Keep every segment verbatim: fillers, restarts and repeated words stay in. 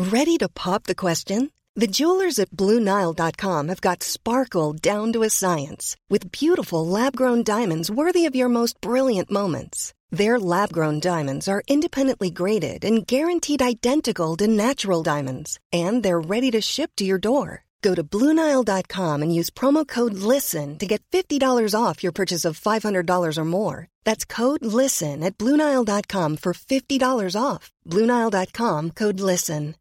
Ready to pop the question? The jewelers at Blue Nile dot com have got sparkle down to a science with beautiful lab-grown diamonds worthy of your most brilliant moments. Their lab-grown diamonds are independently graded and guaranteed identical to natural diamonds, and they're ready to ship to your door. Go to Blue Nile dot com and use promo code LISTEN to get fifty dollars off your purchase of five hundred dollars or more. That's code LISTEN at Blue Nile dot com for fifty dollars off. Blue Nile dot com, code LISTEN.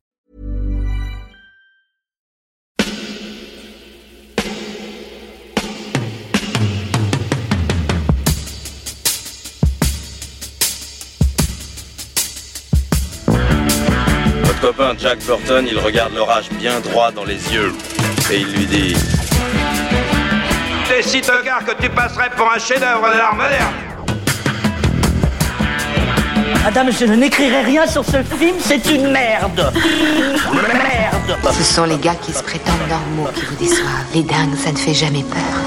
Votre copain Jack Burton, il regarde l'orage bien droit dans les yeux et il lui dit: T'es si tocard que tu passerais pour un chef-d'œuvre de l'art moderne. Madame, je n'écrirai rien sur ce film, c'est une merde. Merde. Ce sont les gars qui se prétendent normaux qui vous déçoivent. Les dingues, ça ne fait jamais peur.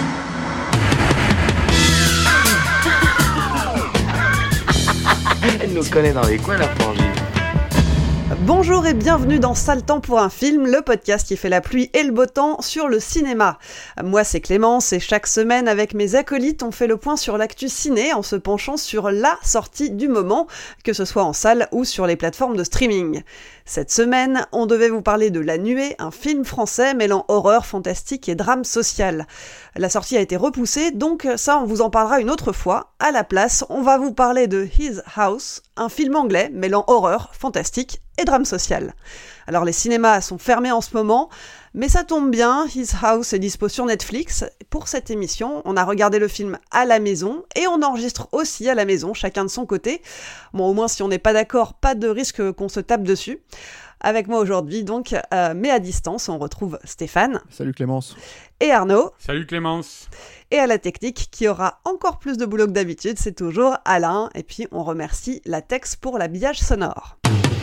Elle nous connaît dans les coins, la frangine. Bonjour et bienvenue dans Sale Temps pour un film, le podcast qui fait la pluie et le beau temps sur le cinéma. Moi c'est Clémence et chaque semaine avec mes acolytes on fait le point sur l'actu ciné en se penchant sur la sortie du moment, que ce soit en salle ou sur les plateformes de streaming. Cette semaine, on devait vous parler de La Nuée, un film français mêlant horreur, fantastique et drame social. La sortie a été repoussée, donc ça on vous en parlera une autre fois. À la place, on va vous parler de His House, un film anglais mêlant horreur, fantastique et drame social. Alors les cinémas sont fermés en ce moment, mais ça tombe bien, His House est dispo sur Netflix. Pour cette émission, on a regardé le film à la maison et on enregistre aussi à la maison, chacun de son côté. Bon, au moins si on n'est pas d'accord, pas de risque qu'on se tape dessus. Avec moi aujourd'hui, donc, euh, mais à distance, on retrouve Stéphane. Salut Clémence. Et Arnaud. Salut Clémence. Et à la technique, qui aura encore plus de boulot que d'habitude, c'est toujours Alain. Et puis on remercie Latex pour l'habillage sonore.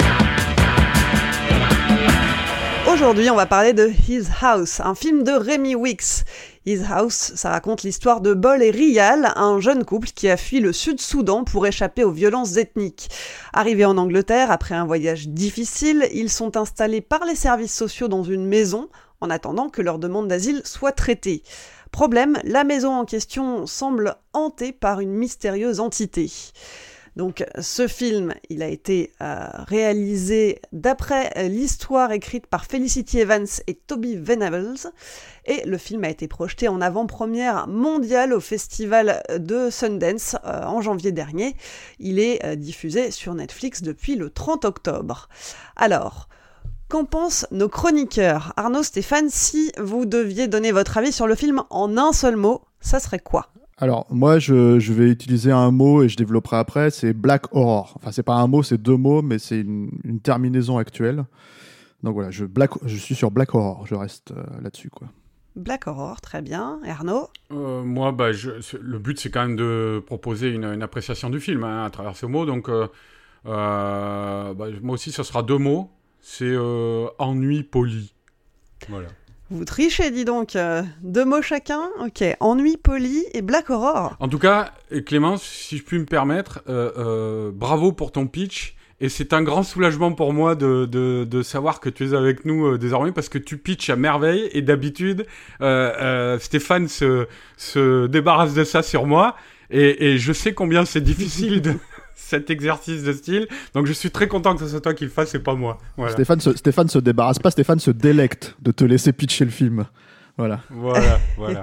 Aujourd'hui, on va parler de His House, un film de Remi Weekes. His House, ça raconte l'histoire de Bol et Riyal, un jeune couple qui a fui le Sud-Soudan pour échapper aux violences ethniques. Arrivés en Angleterre, après un voyage difficile, ils sont installés par les services sociaux dans une maison, en attendant que leur demande d'asile soit traitée. Problème, la maison en question semble hantée par une mystérieuse entité. Donc ce film, il a été euh, réalisé d'après euh, l'histoire écrite par Felicity Evans et Toby Venables, et le film a été projeté en avant-première mondiale au festival de Sundance euh, en janvier dernier. Il est euh, diffusé sur Netflix depuis le trente octobre. Alors, qu'en pensent nos chroniqueurs? Arnaud, Stéphane, si vous deviez donner votre avis sur le film en un seul mot, ça serait quoi? Alors, moi, je, je vais utiliser un mot et je développerai après, c'est Black Horror. Enfin, c'est pas un mot, c'est deux mots, mais c'est une, une terminaison actuelle. Donc voilà, je, Black, je suis sur Black Horror, je reste euh, là-dessus, quoi. Black Horror, très bien. Et Arnaud? euh, Moi, bah, je, le but, c'est quand même de proposer une, une appréciation du film hein, à travers ce mot. Donc, euh, euh, bah, moi aussi, ce sera deux mots. C'est euh, ennui poli. Voilà. Vous trichez, dis donc. Euh, deux mots chacun. Ok. Ennui poli et Black Horror. En tout cas, Clémence, si je puis me permettre, euh, euh, bravo pour ton pitch. Et c'est un grand soulagement pour moi de, de, de savoir que tu es avec nous euh, désormais parce que tu pitches à merveille. Et d'habitude, euh, euh, Stéphane se, se débarrasse de ça sur moi. Et, et je sais combien c'est difficile de... cet exercice de style, donc je suis très content que ce soit toi qui le fasse et pas moi. Voilà. Stéphane se, Stéphane se débarrasse pas, Stéphane se délecte de te laisser pitcher le film. Voilà. Voilà, voilà.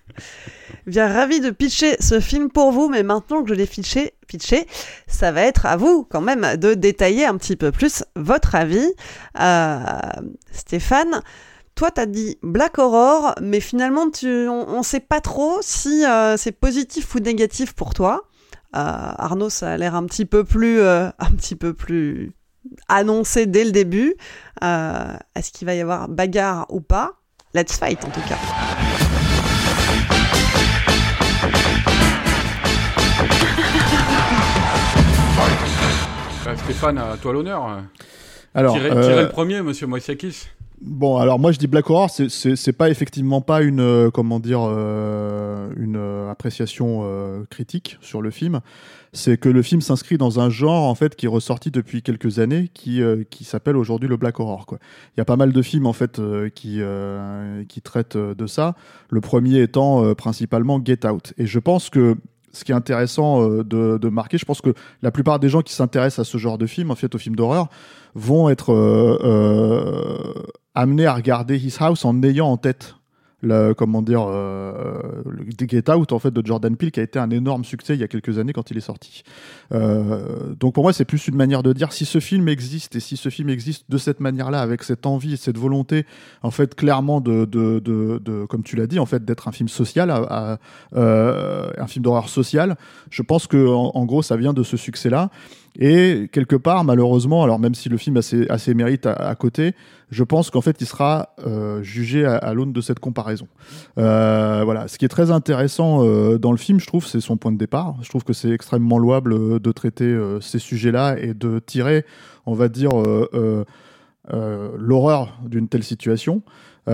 Bien, ravi de pitcher ce film pour vous, mais maintenant que je l'ai pitché, pitché, ça va être à vous quand même de détailler un petit peu plus votre avis. Euh, Stéphane, toi, t'as dit Black Horror, mais finalement, tu, on, on sait pas trop si euh, c'est positif ou négatif pour toi. Euh, Arnaud, ça a l'air un petit peu plus, euh, un petit peu plus annoncé dès le début. Euh, est-ce qu'il va y avoir bagarre ou pas? Let's fight en tout cas. Bah, Stéphane, à toi l'honneur. Alors, tirez, euh... tirez le premier, monsieur Moïsakis. Bon, alors moi je dis Black Horror, c'est, c'est, c'est pas effectivement pas une, euh, comment dire, euh, une euh, appréciation euh, critique sur le film. C'est que le film s'inscrit dans un genre en fait qui est ressorti depuis quelques années, qui euh, qui s'appelle aujourd'hui le Black Horror, quoi. Il y a pas mal de films en fait euh, qui euh, qui traitent de ça. Le premier étant euh, principalement Get Out. Et je pense que ce qui est intéressant euh, de, de marquer, je pense que la plupart des gens qui s'intéressent à ce genre de film, en fait, aux films d'horreur, vont être euh, euh, amenés à regarder His House en ayant en tête le, comment dire, euh, le Get Out en fait de Jordan Peele, qui a été un énorme succès il y a quelques années quand il est sorti. Euh, donc pour moi, c'est plus une manière de dire si ce film existe et si ce film existe de cette manière-là, avec cette envie et cette volonté, en fait, clairement de, de, de, de comme tu l'as dit, en fait, d'être un film social, à, à, euh, un film d'horreur social. Je pense que en, en gros, ça vient de ce succès-là. Et quelque part, malheureusement, alors même si le film a ses, a ses mérites à, à côté, je pense qu'en fait, il sera euh, jugé à, à l'aune de cette comparaison. Euh, voilà. Ce qui est très intéressant euh, dans le film, je trouve, c'est son point de départ. Je trouve que c'est extrêmement louable euh, de traiter euh, ces sujets-là et de tirer, on va dire, euh, euh, euh, l'horreur d'une telle situation.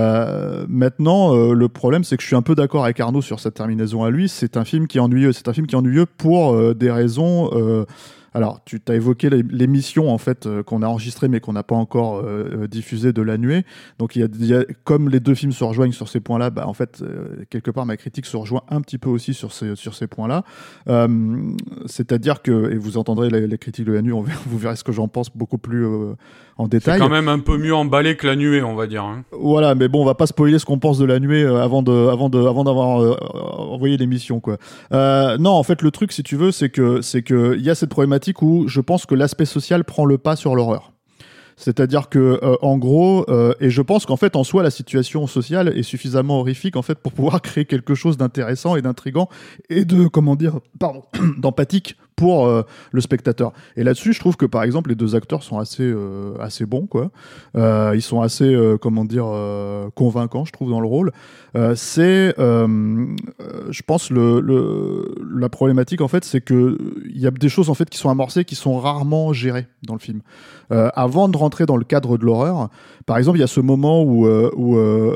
Euh, maintenant, euh, le problème, c'est que je suis un peu d'accord avec Arnaud sur cette terminaison à lui. C'est un film qui est ennuyeux. C'est un film qui est ennuyeux pour euh, des raisons. Euh, Alors, tu t'as évoqué l'émission en fait euh, qu'on a enregistrée mais qu'on n'a pas encore euh, diffusée de La Nuée. Donc, il y a, il y a comme les deux films se rejoignent sur ces points-là, bah en fait euh, quelque part ma critique se rejoint un petit peu aussi sur ces sur ces points-là. Euh, c'est-à-dire que, et vous entendrez les, les critiques de La Nuée, on verra, vous verrez ce que j'en pense beaucoup plus euh, en détail. C'est quand même un peu mieux emballé que La Nuée, on va dire. Hein. Voilà, mais bon, on va pas spoiler ce qu'on pense de La Nuée euh, avant de avant de avant d'avoir euh, envoyé l'émission, quoi. Euh, non, en fait, le truc, si tu veux, c'est que c'est que il y a cette problématique où je pense que l'aspect social prend le pas sur l'horreur. C'est-à-dire que, euh, en gros, euh, et je pense qu'en fait, en soi, la situation sociale est suffisamment horrifique, en fait, pour pouvoir créer quelque chose d'intéressant et d'intriguant et de, comment dire, pardon, d'empathique pour euh, le spectateur. Et là-dessus, je trouve que, par exemple, les deux acteurs sont assez, euh, assez bons, quoi. Euh, ils sont assez, euh, comment dire, euh, convaincants, je trouve, dans le rôle. Euh, c'est, euh, je pense, le, le, la problématique, en fait, c'est que il y a des choses, en fait, qui sont amorcées, qui sont rarement gérées dans le film. Euh, avant de rentrer dans le cadre de l'horreur, par exemple, il y a ce moment où, euh, où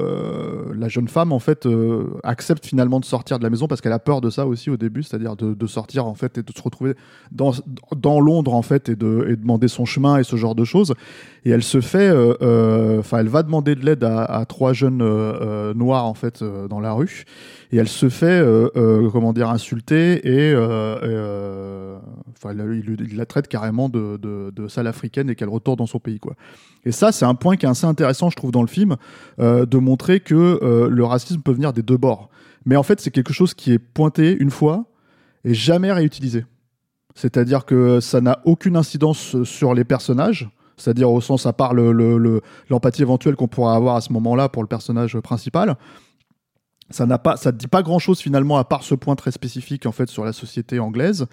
euh, la jeune femme, en fait, euh, accepte finalement de sortir de la maison parce qu'elle a peur de ça aussi au début, c'est-à-dire de, de sortir, en fait, et de se retrouver dans, dans Londres, en fait, et de et demander son chemin et ce genre de choses. Et elle se fait, enfin, euh, euh, elle va demander de l'aide à, à trois jeunes euh, euh, noirs, en fait, euh, dans la rue. Et elle se fait, euh, euh, comment dire, insulter et, euh, euh, enfin, il, il, il la traite carrément de, de, de sale africaine et qu'elle retourne dans son pays, quoi. Et ça, c'est un point qui est assez intéressant, je trouve, dans le film, euh, de montrer que euh, le racisme peut venir des deux bords. Mais en fait, c'est quelque chose qui est pointé une fois et jamais réutilisé. C'est-à-dire que ça n'a aucune incidence sur les personnages. C'est-à-dire au sens, à part le, le, le, l'empathie éventuelle qu'on pourra avoir à ce moment-là pour le personnage principal. Ça n'a pas, ça ne dit pas grand-chose finalement à part ce point très spécifique en fait sur la société anglaise.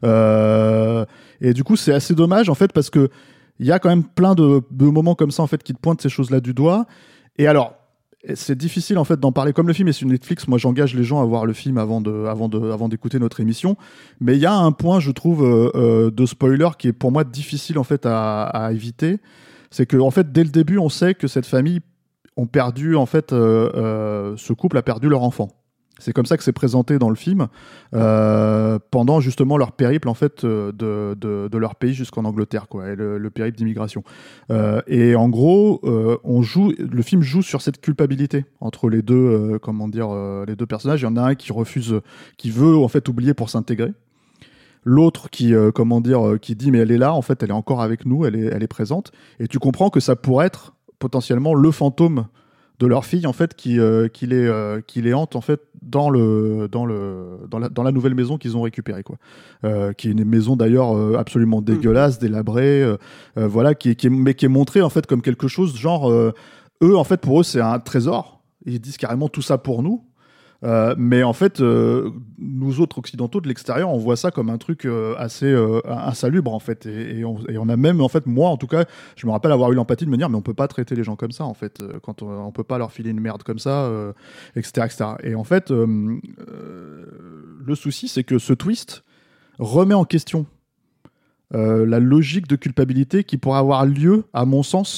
Euh, et du coup, c'est assez dommage en fait parce que il y a quand même plein de, de moments comme ça en fait qui te pointent ces choses-là du doigt. Et alors, c'est difficile en fait d'en parler. Comme le film est sur Netflix, moi j'engage les gens à voir le film avant de, avant de, avant d'écouter notre émission. Mais il y a un point, je trouve, euh, euh, de spoiler qui est pour moi difficile en fait à, à éviter. C'est que en fait dès le début, on sait que cette famille ont perdu, en fait, euh, euh, ce couple a perdu leur enfant. C'est comme ça que c'est présenté dans le film, euh, pendant justement leur périple, en fait, de, de, de leur pays jusqu'en Angleterre, quoi, et le, le périple d'immigration. Euh, et en gros, euh, on joue, le film joue sur cette culpabilité entre les deux, euh, comment dire, euh, les deux personnages. Il y en a un qui refuse, qui veut, en fait, oublier pour s'intégrer. L'autre qui, euh, comment dire, qui dit, mais elle est là, en fait, elle est encore avec nous, elle est, elle est présente. Et tu comprends que ça pourrait être potentiellement le fantôme de leur fille en fait qui euh, qui les euh, qui les hante en fait dans le dans le dans la dans la nouvelle maison qu'ils ont récupérée, quoi, euh, qui est une maison d'ailleurs euh, absolument dégueulasse, délabrée, euh, euh, voilà, qui est, qui est mais qui est montrée en fait comme quelque chose genre euh, eux en fait pour eux c'est un trésor, ils disent carrément tout ça pour nous. Euh, mais en fait, euh, nous autres occidentaux de l'extérieur, on voit ça comme un truc euh, assez euh, insalubre en fait, et, et, on, et on a même en fait, moi en tout cas, je me rappelle avoir eu l'empathie de me dire, mais on peut pas traiter les gens comme ça en fait, euh, quand on, on peut pas leur filer une merde comme ça, euh, et cetera, et cetera. Et en fait, euh, euh, le souci, c'est que ce twist remet en question euh, la logique de culpabilité qui pourrait avoir lieu, à mon sens,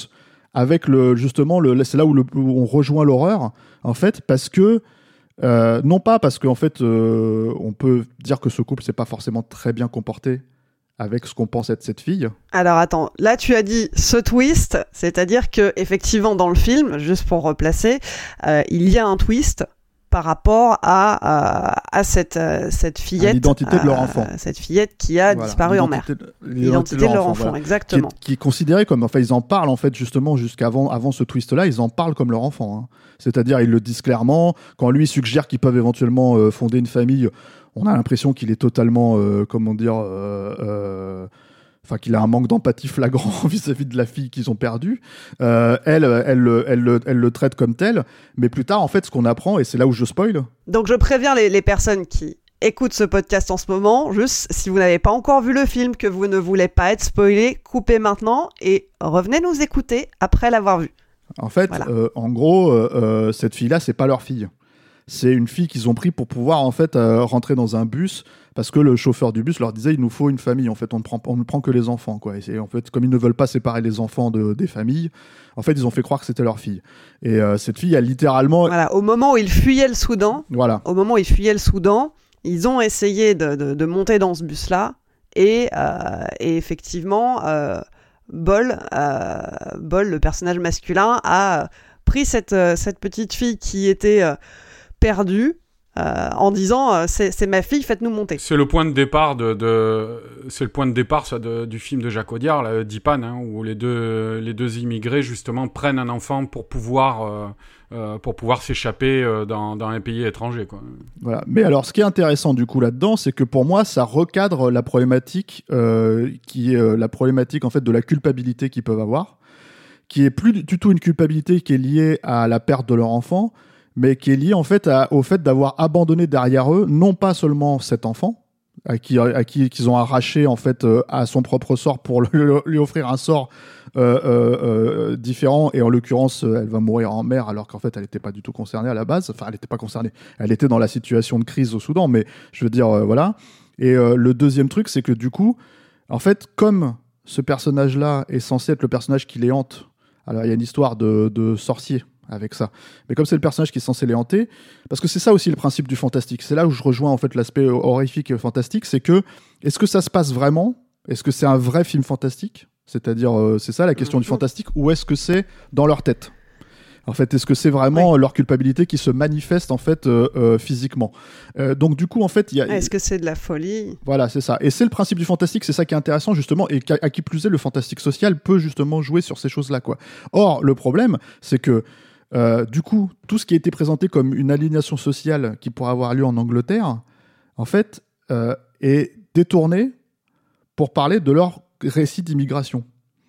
avec le justement le c'est là où, le, où on rejoint l'horreur en fait parce que euh, non pas parce qu'en fait euh, on peut dire que ce couple s'est pas forcément très bien comporté avec ce qu'on pense être cette fille. Alors attends, là tu as dit ce twist, c'est-à-dire que effectivement dans le film, juste pour replacer, euh, il y a un twist par rapport à, à, à cette, euh, cette fillette. À l'identité de leur enfant. Euh, cette fillette qui a voilà, disparu en mer. De, l'identité de leur, de leur enfant, voilà. Exactement. Qui est, qui est considéré comme, enfin ils en parlent en fait justement jusqu'avant avant ce twist-là, ils en parlent comme leur enfant. Hein. C'est-à-dire ils le disent clairement, quand lui suggère qu'ils peuvent éventuellement euh, fonder une famille, on a l'impression qu'il est totalement, euh, comment dire... Euh, euh, Enfin, qu'il a un manque d'empathie flagrant vis-à-vis de la fille qu'ils ont perdue. Euh, elle, elle, elle, elle, elle le traite comme tel. Mais plus tard, en fait, ce qu'on apprend, et c'est là où je spoil. Donc, je préviens les, les personnes qui écoutent ce podcast en ce moment. Juste, si vous n'avez pas encore vu le film, que vous ne voulez pas être spoilé, coupez maintenant et revenez nous écouter après l'avoir vu. En fait, voilà. euh, en gros, euh, cette fille-là, c'est pas leur fille. C'est une fille qu'ils ont pris pour pouvoir en fait euh, rentrer dans un bus parce que le chauffeur du bus leur disait il nous faut une famille en fait on ne prend on ne prend que les enfants quoi et c'est en fait comme ils ne veulent pas séparer les enfants de des familles en fait ils ont fait croire que c'était leur fille et euh, cette fille a littéralement voilà au moment où ils fuyaient le Soudan voilà au moment où ils fuyaient le Soudan ils ont essayé de de, de monter dans ce bus là et euh, et effectivement euh, Bol euh, Bol le personnage masculin a pris cette euh, cette petite fille qui était euh, perdue euh, en disant euh, c'est, c'est ma fille, faites-nous monter. C'est le point de départ de, de c'est le point de départ ça, de, du film de Jacques Audiard, là, Dipan, hein, où les deux les deux immigrés justement prennent un enfant pour pouvoir euh, euh, pour pouvoir s'échapper euh, dans dans un pays étranger quoi. Voilà. Mais alors ce qui est intéressant du coup là-dedans, c'est que pour moi ça recadre la problématique euh, qui est euh, la problématique en fait de la culpabilité qu'ils peuvent avoir, qui est plus du tout une culpabilité qui est liée à la perte de leur enfant, mais qui est lié en fait à, au fait d'avoir abandonné derrière eux non pas seulement cet enfant à qui à qui qu'ils ont arraché en fait euh, à son propre sort pour le, lui offrir un sort euh, euh, euh, différent et en l'occurrence euh, elle va mourir en mer alors qu'en fait elle n'était pas du tout concernée à la base, enfin elle n'était pas concernée, elle était dans la situation de crise au Soudan, mais je veux dire euh, voilà. Et euh, le deuxième truc c'est que du coup en fait comme ce personnage là est censé être le personnage qui les hante, alors il y a une histoire de, de sorcier avec ça. Mais comme c'est le personnage qui est censé les hanter, parce que c'est ça aussi le principe du fantastique, c'est là où je rejoins en fait l'aspect horrifique et fantastique, c'est que, est-ce que ça se passe vraiment ? Est-ce que c'est un vrai film fantastique ? C'est-à-dire, euh, c'est ça la question mmh. du fantastique, ou est-ce que c'est dans leur tête ? En fait, est-ce que c'est vraiment oui. leur culpabilité qui se manifeste en fait euh, euh, physiquement ? euh, Donc du coup, en fait, il y a. Est-ce que c'est de la folie ? Voilà, c'est ça. Et c'est le principe du fantastique, c'est ça qui est intéressant justement, et à qui plus est, le fantastique social peut justement jouer sur ces choses-là, quoi. Or, le problème, c'est que Euh, du coup, tout ce qui a été présenté comme une aliénation sociale qui pourrait avoir lieu en Angleterre, en fait, euh, est détourné pour parler de leur récit d'immigration.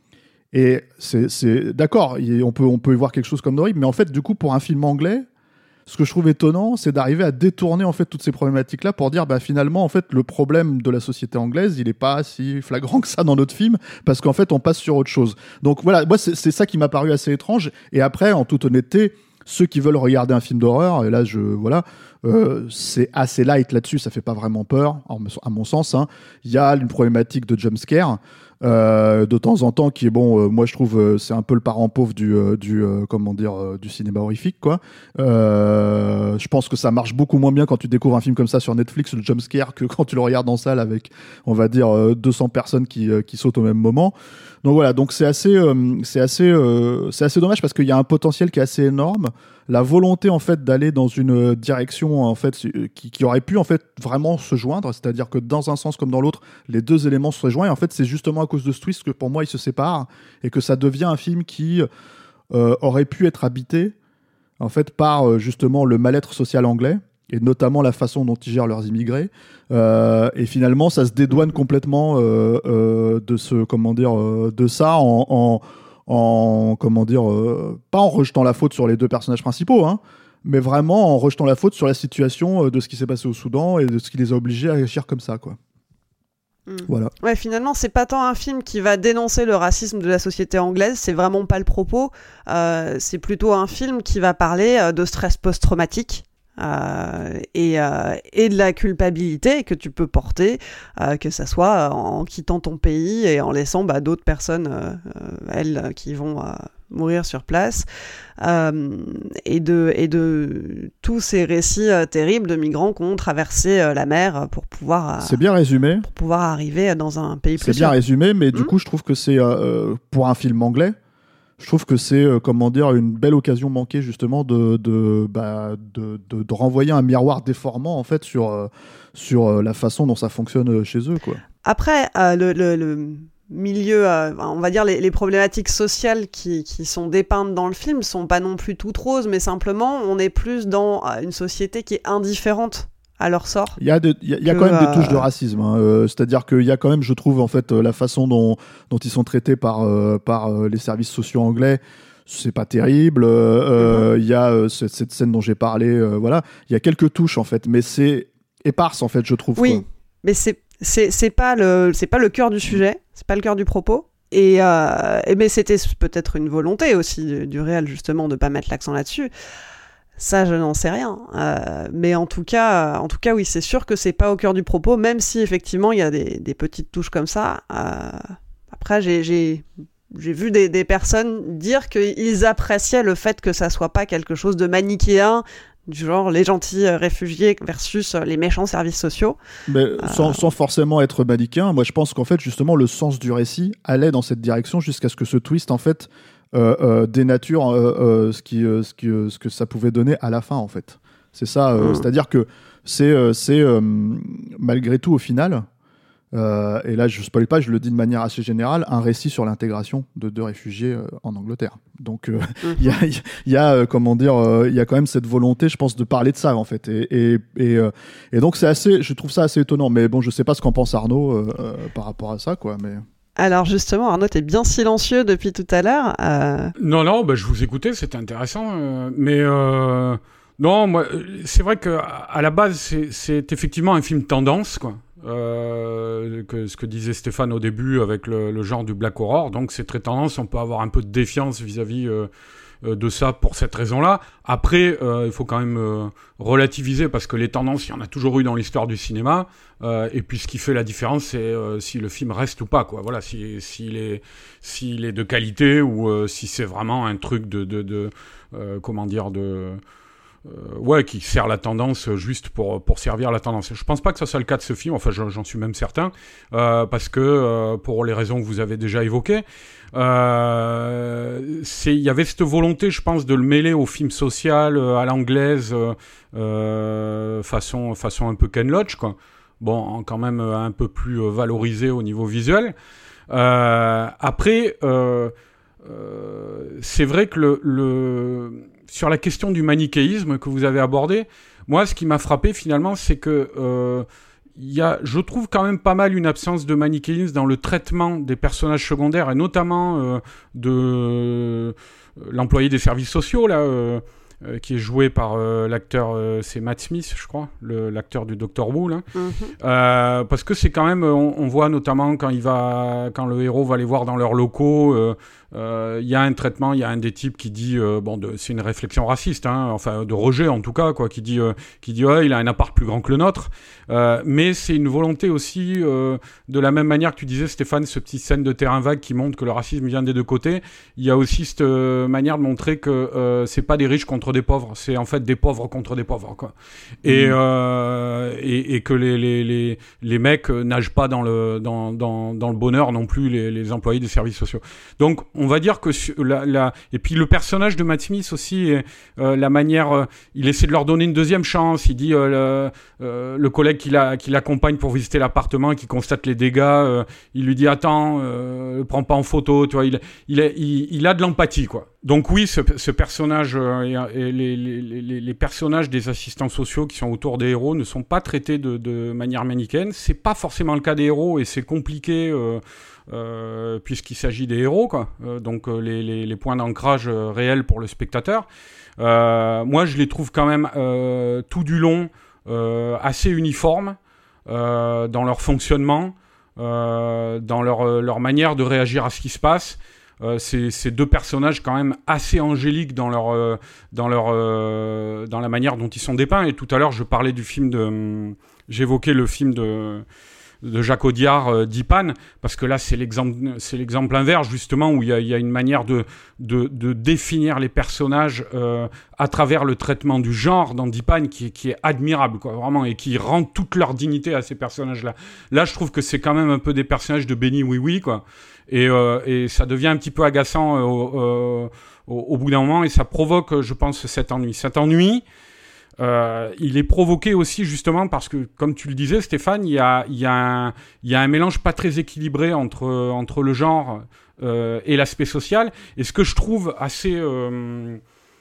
Et c'est, c'est d'accord, on peut, on peut y voir quelque chose comme d'horrible, mais en fait, du coup, pour un film anglais, ce que je trouve étonnant, c'est d'arriver à détourner en fait toutes ces problématiques-là pour dire, bah finalement, en fait, le problème de la société anglaise, il est pas si flagrant que ça dans notre film, parce qu'en fait, on passe sur autre chose. Donc voilà, moi, c'est, c'est ça qui m'a paru assez étrange. Et après, en toute honnêteté, ceux qui veulent regarder un film d'horreur, et là, je voilà, euh, c'est assez light là-dessus, ça fait pas vraiment peur, à mon sens. Hein. Il y a une problématique de jumpscare. Euh, de temps en temps qui est bon euh, moi je trouve euh, c'est un peu le parent pauvre du euh, du euh, comment dire euh, du cinéma horrifique quoi. Euh, je pense que ça marche beaucoup moins bien quand tu découvres un film comme ça sur Netflix, le jumpscare, que quand tu le regardes en salle avec on va dire euh, deux cents personnes qui euh, qui sautent au même moment. Donc voilà, donc c'est assez euh, c'est assez euh, c'est assez dommage parce qu'il y a un potentiel qui est assez énorme, la volonté en fait d'aller dans une direction en fait qui, qui aurait pu en fait vraiment se joindre, c'est-à-dire que dans un sens comme dans l'autre, les deux éléments se rejoignent. Et en fait, c'est justement à cause de ce twist que pour moi ils se séparent et que ça devient un film qui euh, aurait pu être habité en fait par euh, justement le mal-être social anglais et notamment la façon dont ils gèrent leurs immigrés. Euh, et finalement, ça se dédouane complètement euh, euh, de ce comment dire euh, de ça en, en, en comment dire euh, pas en rejetant la faute sur les deux personnages principaux, hein, mais vraiment en rejetant la faute sur la situation euh, de ce qui s'est passé au Soudan et de ce qui les a obligés à agir comme ça, quoi. Mmh. Voilà. Ouais, finalement, c'est pas tant un film qui va dénoncer le racisme de la société anglaise, c'est vraiment pas le propos. Euh, c'est plutôt un film qui va parler euh, de stress post-traumatique. euh, et, euh, et de la culpabilité que tu peux porter, euh, que ça soit en quittant ton pays et en laissant bah, d'autres personnes, euh, elles, qui vont euh, mourir sur place, euh, et, de, et de tous ces récits euh, terribles de migrants qui ont traversé euh, la mer pour pouvoir, euh, c'est bien résumé. pour pouvoir arriver dans un pays plus C'est bien sûr. résumé, mais du Mmh. coup, je trouve que c'est, euh, pour un film anglais, je trouve que c'est, euh, comment dire, une belle occasion manquée justement de, de, bah, de, de, de renvoyer un miroir déformant en fait sur, euh, sur euh, la façon dont ça fonctionne chez eux, quoi. Après, euh, le, le, le milieu, euh, on va dire les, les problématiques sociales qui, qui sont dépeintes dans le film sont pas non plus toutes roses, mais simplement on est plus dans euh, une société qui est indifférente à leur sort. Il y a, de, il y a, il y a que, quand même euh... des touches de racisme, hein. euh, c'est-à-dire qu'il y a quand même, je trouve, en fait, euh, la façon dont, dont ils sont traités par, euh, par euh, les services sociaux anglais, c'est pas terrible. Euh, mm-hmm. Il y a euh, cette, cette scène dont j'ai parlé, euh, voilà. Il y a quelques touches, en fait, mais c'est éparse, en fait, je trouve. Oui, quoi. mais c'est, c'est, c'est pas le, c'est pas le cœur du sujet, c'est pas le cœur du propos. Et, euh, et mais c'était peut-être une volonté aussi du, du réel, justement, de pas mettre l'accent là-dessus. Ça, je n'en sais rien. Euh, mais en tout cas, en tout cas, oui, c'est sûr que c'est pas au cœur du propos, même si effectivement il y a des, des petites touches comme ça. Euh, après, j'ai, j'ai, j'ai vu des, des personnes dire qu'ils appréciaient le fait que ça soit pas quelque chose de manichéen, du genre les gentils réfugiés versus les méchants services sociaux. Mais euh... sans, sans forcément être manichéen, moi je pense qu'en fait, justement, le sens du récit allait dans cette direction jusqu'à ce que ce twist, en fait, Euh, euh, dénature euh, euh, ce, qui, euh, ce, qui, euh, ce que ça pouvait donner à la fin, en fait. C'est ça, euh, mmh. c'est-à-dire que c'est, euh, c'est euh, malgré tout, au final, euh, et là je ne spoil pas, je le dis de manière assez générale, un récit sur l'intégration de deux réfugiés euh, en Angleterre. Donc il euh, mmh. y a, y a euh, comment dire, il euh, y a quand même cette volonté, je pense, de parler de ça, en fait. Et, et, et, euh, et donc c'est assez, je trouve ça assez étonnant. Mais bon, je ne sais pas ce qu'en pense Arnaud euh, euh, par rapport à ça, quoi, mais... Alors justement, Arnaud, t'es bien silencieux depuis tout à l'heure. Euh... Non, non, bah, je vous écoutais, c'était intéressant. Euh, mais euh, non, moi, c'est vrai que à la base, c'est, c'est effectivement un film tendance, quoi. Euh, que ce que disait Stéphane au début avec le, le genre du Black Horror. Donc c'est très tendance, on peut avoir un peu de défiance vis-à-vis euh, de ça pour cette raison-là. Après, euh, il faut quand même euh, relativiser parce que les tendances, il y en a toujours eu dans l'histoire du cinéma. Euh, et puis ce qui fait la différence, c'est euh, si le film reste ou pas, quoi. Voilà, si s'il est s'il est de qualité ou euh, si c'est vraiment un truc de de, de euh, comment dire de Euh, ouais, qui sert la tendance juste pour pour servir la tendance. Je pense pas que ça soit le cas de ce film. Enfin, j'en, j'en suis même certain, euh, parce que euh, pour les raisons que vous avez déjà évoquées, euh, c'est il y avait cette volonté, je pense, de le mêler au film social euh, à l'anglaise, euh, façon façon un peu Ken Loach, quoi. Bon, quand même euh, un peu plus euh, valorisé au niveau visuel. Euh, après, euh, euh, c'est vrai que le, le sur la question du manichéisme que vous avez abordé, moi, ce qui m'a frappé finalement, c'est que euh, y a, je trouve quand même pas mal une absence de manichéisme dans le traitement des personnages secondaires et notamment euh, de euh, l'employé des services sociaux là. Euh, Euh, qui est joué par euh, l'acteur, euh, c'est Matt Smith, je crois, le, l'acteur du docteur Wu, là. Mm-hmm. Euh, parce que c'est quand même, on, on voit notamment quand il va, quand le héros va les voir dans leurs locaux, il euh, euh, y a un traitement, il y a un des types qui dit, euh, bon, de, c'est une réflexion raciste, hein, enfin de rejet en tout cas, quoi, qui dit, euh, qui dit, ouais, il a un appart plus grand que le nôtre, euh, mais c'est une volonté aussi, euh, de la même manière que tu disais, Stéphane, ce petit scène de terrain vague qui montre que le racisme vient des deux côtés. Il y a aussi cette euh, manière de montrer que euh, c'est pas des riches contre des pauvres, c'est en fait des pauvres contre des pauvres, quoi. Et, mmh. euh, et, et que les, les, les, les mecs nagent pas dans le, dans, dans, dans le bonheur non plus, les, les employés des services sociaux. Donc, on va dire que la, la... et puis le personnage de Matt Smith aussi, euh, la manière, euh, il essaie de leur donner une deuxième chance. Il dit euh, le, euh, le collègue qui, la, qui l'accompagne pour visiter l'appartement et qui constate les dégâts, euh, il lui dit attends, euh, prends pas en photo, tu vois. Il, il, a, il, il a de l'empathie, quoi. Donc oui, ce, ce personnage euh, et, et les, les, les, les personnages des assistants sociaux qui sont autour des héros ne sont pas traités de, de manière manichéenne. C'est pas forcément le cas des héros et c'est compliqué. Euh, Euh, puisqu'il s'agit des héros, quoi. Euh, donc euh, les, les, les points d'ancrage euh, réels pour le spectateur. Euh, moi, je les trouve quand même euh, tout du long euh, assez uniformes euh, dans leur fonctionnement, euh, dans leur, leur manière de réagir à ce qui se passe. euh, c'est, c'est deux personnages quand même assez angéliques dans leur, euh, dans leur, euh, dans la manière dont ils sont dépeints. Et tout à l'heure, je parlais du film de, hum, j'évoquais le film de de Jacques Audiard, euh, Dipan, parce que là c'est l'exemple, c'est l'exemple inverse justement où il y a, y a une manière de, de, de définir les personnages euh, à travers le traitement du genre dans Dipan qui, qui est admirable quoi, vraiment, et qui rend toute leur dignité à ces personnages-là. Là je trouve que c'est quand même un peu des personnages de Béni Oui Oui quoi, et, euh, et ça devient un petit peu agaçant euh, au, au, au bout d'un moment et ça provoque, je pense, cet ennui. Cet ennui Euh, il est provoqué aussi justement parce que, comme tu le disais, Stéphane, il y a, il y a, un, il y a un mélange pas très équilibré entre, entre le genre euh, et l'aspect social. Et ce que je trouve assez euh,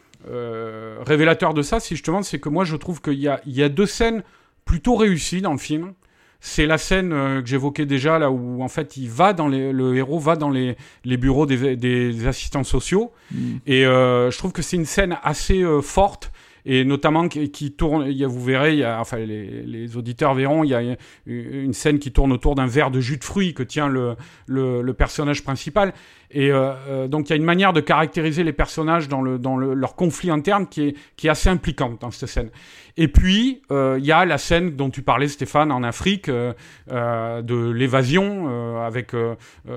euh, révélateur de ça, c'est justement, c'est que moi, je trouve qu'il y a, il y a deux scènes plutôt réussies dans le film. C'est la scène euh, que j'évoquais déjà, là où en fait il va dans les, le héros va dans les, les bureaux des, des, des assistants sociaux. Mmh. Et euh, je trouve que c'est une scène assez euh, forte. Et notamment qui, qui tourne, il y a, vous verrez, il y a, enfin les, les auditeurs verront, il y a une scène qui tourne autour d'un verre de jus de fruits que tient le, le, le personnage principal. Et euh, donc il y a une manière de caractériser les personnages dans, le, dans le, leur conflit interne qui est, qui est assez impliquante dans cette scène. Et puis euh, il y a la scène dont tu parlais, Stéphane, en Afrique, euh, euh, de l'évasion, euh, avec euh,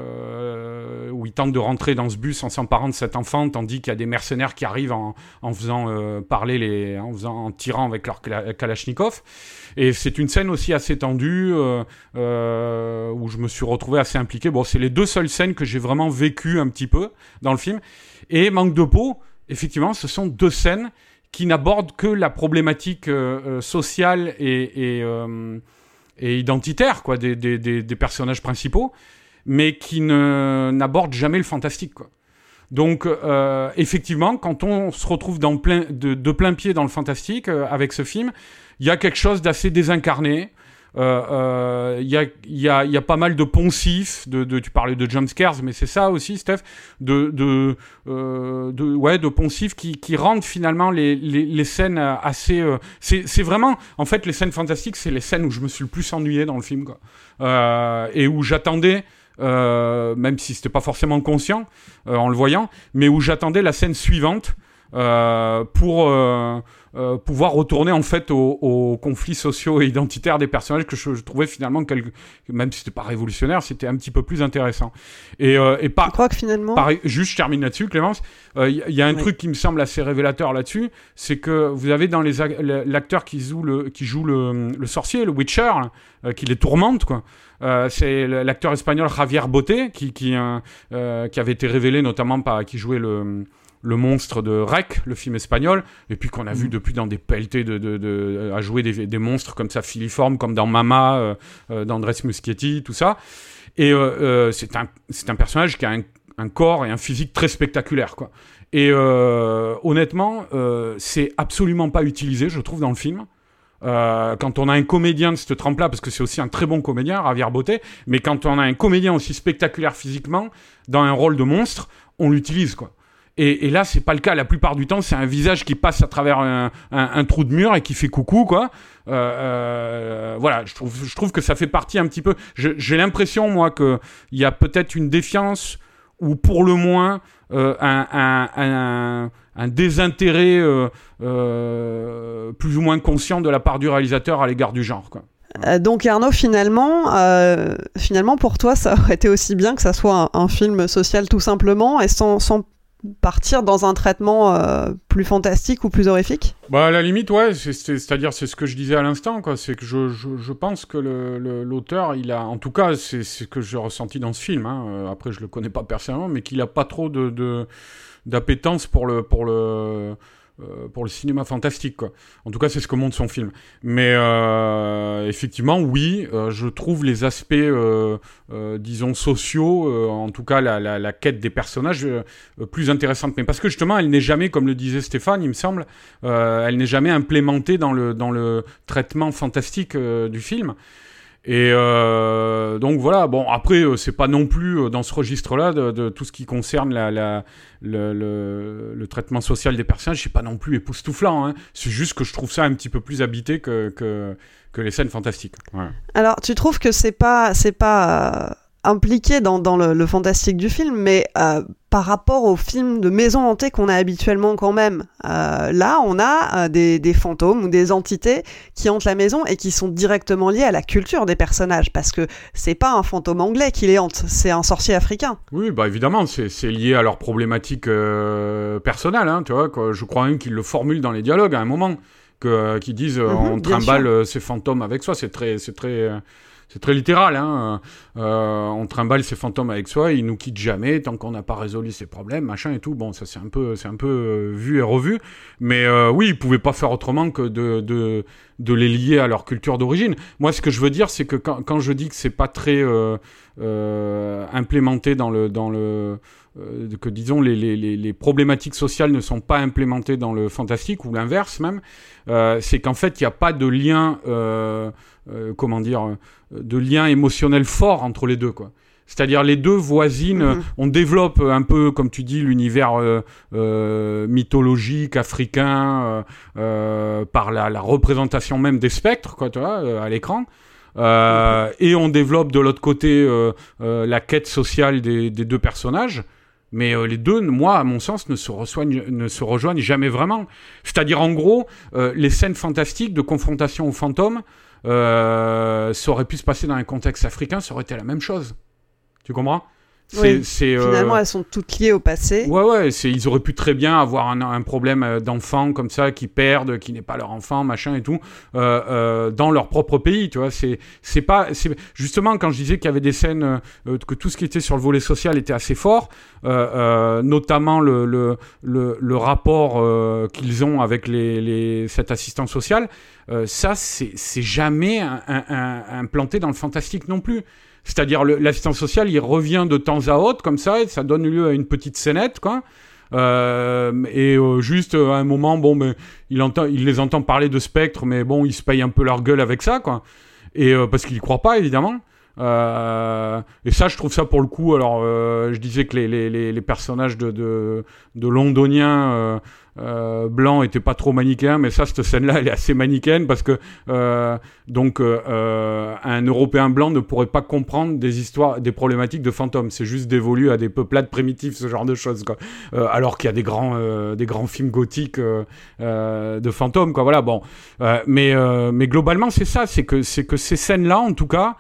euh, où ils tentent de rentrer dans ce bus en s'emparant de cet enfant, tandis qu'il y a des mercenaires qui arrivent en, en faisant euh, parler les, en faisant, en tirant avec leur kalachnikov. Et c'est une scène aussi assez tendue euh, euh, où je me suis retrouvé assez impliqué. Bon, c'est les deux seules scènes que j'ai vraiment vécues un petit peu dans le film. Et Manque de peau, effectivement, ce sont deux scènes qui n'abordent que la problématique euh, sociale et, et, euh, et identitaire quoi, des, des, des, des personnages principaux, mais qui ne, n'abordent jamais le fantastique, quoi. Donc, euh, effectivement, quand on se retrouve dans plein, de, de plein pied dans le fantastique euh, avec ce film, il y a quelque chose d'assez désincarné. Il euh, euh, y, a, y, a, y a pas mal de poncifs, de, de, tu parlais de jumpscares, mais c'est ça aussi, Steph, de, de, euh, de, ouais, de poncifs qui, qui rendent finalement les, les, les scènes assez... Euh, c'est, c'est vraiment... En fait, les scènes fantastiques, c'est les scènes où je me suis le plus ennuyé dans le film, quoi. Euh, et où j'attendais... Euh, même si c'était pas forcément conscient euh, en le voyant, mais où j'attendais la scène suivante euh, pour euh, euh, pouvoir retourner en fait aux, aux conflits sociaux et identitaires des personnages que je, je trouvais finalement, quelque, même si c'était pas révolutionnaire, c'était un petit peu plus intéressant. Et, euh, et par, je crois que finalement, par, juste je termine là-dessus, Clémence. Il euh, y, y a un oui. truc qui me semble assez révélateur là-dessus, c'est que vous avez dans les l'acteur qui joue le qui joue le, le sorcier, le Witcher, euh, qui les tourmente quoi. Euh, c'est l'acteur espagnol Javier Botet qui qui, euh, euh, qui avait été révélé notamment par qui jouait le le monstre de Rec, le film espagnol, et puis qu'on a mmh. vu depuis dans des pelletés de, de, de, à jouer des, des monstres comme ça filiformes, comme dans Mama, euh, euh, d'Andrés Muschietti, tout ça. Et euh, euh, c'est un c'est un personnage qui a un, un corps et un physique très spectaculaire, quoi. Et euh, honnêtement, euh, c'est absolument pas utilisé, je trouve, dans le film. Euh, quand on a un comédien de cette trempe-là, parce que c'est aussi un très bon comédien, Javier Botet, mais quand on a un comédien aussi spectaculaire physiquement, dans un rôle de monstre, on l'utilise, quoi. Et, et là, c'est pas le cas. La plupart du temps, c'est un visage qui passe à travers un, un, un trou de mur et qui fait coucou, quoi. Euh, euh, voilà, je trouve, je trouve que ça fait partie un petit peu... Je, j'ai l'impression, moi, qu'il y a peut-être une défiance ou pour le moins euh, un, un, un, un désintérêt euh, euh, plus ou moins conscient de la part du réalisateur à l'égard du genre, quoi. Euh, donc Arnaud, finalement, euh, finalement, pour toi, ça aurait été aussi bien que ça soit un, un film social tout simplement et sans... sans... partir dans un traitement euh, plus fantastique ou plus horrifique ? Bah à la limite ouais, c'est, c'est, c'est-à-dire c'est ce que je disais à l'instant quoi, c'est que je, je, je pense que le, le, l'auteur il a, en tout cas c'est, c'est ce que j'ai ressenti dans ce film, hein. euh, après je le connais pas personnellement, mais qu'il a pas trop de, de d'appétence pour le pour le euh, pour le cinéma fantastique quoi. En tout cas c'est ce que montre son film. Mais euh, effectivement oui, euh, je trouve les aspects euh, euh, disons sociaux, euh, en tout cas la, la, la quête des personnages euh, plus intéressante. Mais parce que justement elle n'est jamais, comme le disait Stéphane, il me semble, euh, elle n'est jamais implémentée dans le dans le traitement fantastique euh, du film. Et euh, donc voilà, bon après euh, c'est pas non plus euh, dans ce registre-là de, de tout ce qui concerne la, la, le, le, le traitement social des personnages, c'est pas non plus époustouflant, hein. C'est juste que je trouve ça un petit peu plus habité que, que, que les scènes fantastiques. Ouais. Alors tu trouves que c'est pas, c'est pas impliqué dans, dans le, le fantastique du film, mais euh, par rapport aux films de maison hantée qu'on a habituellement quand même, euh, là on a euh, des, des fantômes ou des entités qui hantent la maison et qui sont directement liés à la culture des personnages, parce que c'est pas un fantôme anglais qui les hante, c'est un sorcier africain. Oui, bah évidemment, c'est, c'est lié à leurs problématiques euh, personnelles, hein, tu vois, quoi. Je crois même qu'ils le formulent dans les dialogues à un moment, que, euh, qu'ils disent euh, Mm-hmm, on trimballe euh, ces fantômes avec soi, c'est très... C'est très euh, C'est très littéral, hein. Euh, on trimballe ces fantômes avec soi, ils nous quittent jamais tant qu'on n'a pas résolu ces problèmes, machin et tout. Bon, ça c'est un peu, c'est un peu euh, vu et revu, mais euh, oui, ils pouvaient pas faire autrement que de, de, de les lier à leur culture d'origine. Moi, ce que je veux dire, c'est que quand, quand je dis que c'est pas très euh, euh, implémenté dans le, dans le Euh, que disons les, les, les problématiques sociales ne sont pas implémentées dans le fantastique, ou l'inverse même, euh, c'est qu'en fait il n'y a pas de lien, euh, euh, comment dire, de lien émotionnel fort entre les deux, quoi. C'est-à-dire les deux voisinent, mmh. on développe un peu, comme tu dis, l'univers euh, euh, mythologique, africain, euh, euh, par la, la représentation même des spectres, quoi, tu vois, euh, à l'écran. Euh, mmh. Et on développe de l'autre côté euh, euh, la quête sociale des, des deux personnages. Mais euh, les deux, moi, à mon sens, ne se, rejoignent, ne se rejoignent jamais vraiment. C'est-à-dire, en gros, euh, les scènes fantastiques de confrontation aux fantômes, euh, ça aurait pu se passer dans un contexte africain, ça aurait été la même chose. Tu comprends ? C'est, oui, c'est, euh... finalement, elles sont toutes liées au passé. Ouais, ouais, c'est, ils auraient pu très bien avoir un, un problème d'enfants comme ça, qui perdent, qui n'est pas leur enfant, machin et tout, euh, euh, dans leur propre pays, tu vois. C'est, c'est pas, c'est, justement, quand je disais qu'il y avait des scènes, euh, que tout ce qui était sur le volet social était assez fort, euh, euh, notamment le, le, le, le rapport euh, qu'ils ont avec les, les, cette assistante sociale, euh, ça, c'est, c'est jamais un, un, un, implanté dans le fantastique non plus. C'est-à-dire le, l'assistant social, il revient de temps à autre comme ça, et ça donne lieu à une petite scénette, quoi. Euh, et euh, juste à un moment, bon, ben il entend, il les entend parler de spectres, mais bon, ils se payent un peu leur gueule avec ça, quoi. Et euh, parce qu'ils y croient pas, évidemment. Euh, et ça, je trouve ça pour le coup. Alors, euh, je disais que les les les, les personnages de de, de londoniens euh, euh, blancs étaient pas trop manichéens, mais ça, cette scène-là, elle est assez manichéenne parce que euh, donc euh, un Européen blanc ne pourrait pas comprendre des histoires, des problématiques de fantômes. C'est juste dévolu à des peuplades primitifs, ce genre de choses, quoi. Euh, alors qu'il y a des grands euh, des grands films gothiques euh, euh, de fantômes, quoi. Voilà, bon. Euh, mais euh, mais globalement, c'est ça, c'est que c'est que ces scènes-là, en tout cas.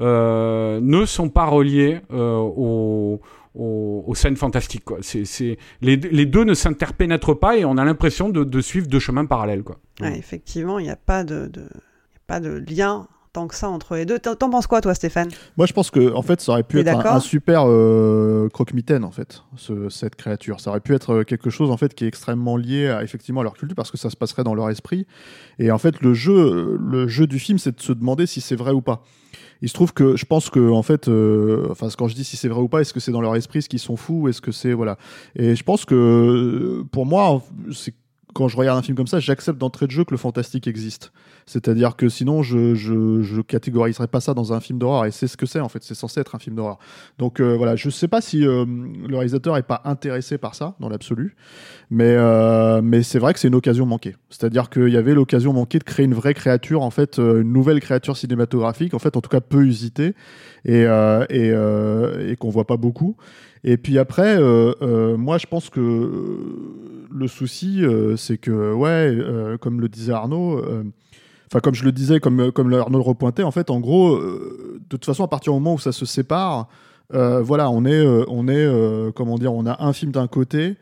Euh, ne sont pas reliés euh, aux, aux, aux scènes fantastiques, quoi. C'est, c'est, les, les deux ne s'interpénètrent pas et on a l'impression de, de suivre deux chemins parallèles, quoi. Ouais, effectivement, il n'y a pas de, de, y a pas de lien tant que ça entre les deux. T'en, t'en penses quoi, toi, Stéphane ? Moi, je pense que en fait, ça aurait pu T'es être un, un super euh, croque-mitaine, en fait, ce, cette créature. Ça aurait pu être quelque chose, en fait, qui est extrêmement lié à, effectivement, à leur culture, parce que ça se passerait dans leur esprit. Et en fait, le jeu, le jeu du film, c'est de se demander si c'est vrai ou pas. Il se trouve que je pense que en fait, euh, enfin quand je dis si c'est vrai ou pas, est-ce que c'est dans leur esprit, est-ce qu'ils sont fous, est-ce que c'est voilà. Et je pense que pour moi, c'est quand je regarde un film comme ça, j'accepte d'entrée de jeu que le fantastique existe. C'est-à-dire que sinon, je je, je catégoriserais pas ça dans un film d'horreur. Et c'est ce que c'est en fait. C'est censé être un film d'horreur. Donc euh, voilà, je sais pas si euh, le réalisateur est pas intéressé par ça dans l'absolu, mais euh, mais c'est vrai que c'est une occasion manquée. C'est-à-dire qu'il y avait l'occasion manquée de créer une vraie créature, en fait, euh, une nouvelle créature cinématographique, en fait, en tout cas peu usitée et euh, et, euh, et qu'on voit pas beaucoup. Et puis après, euh, euh, moi, je pense que euh, le souci, euh, c'est que, ouais, euh, comme le disait Arnaud, euh, enfin, comme je le disais, comme, comme Arnaud le repointait, en fait, en gros, euh, de toute façon, à partir du moment où ça se sépare, euh, voilà, on est, euh, on est euh, comment dire, on a un film d'un côté,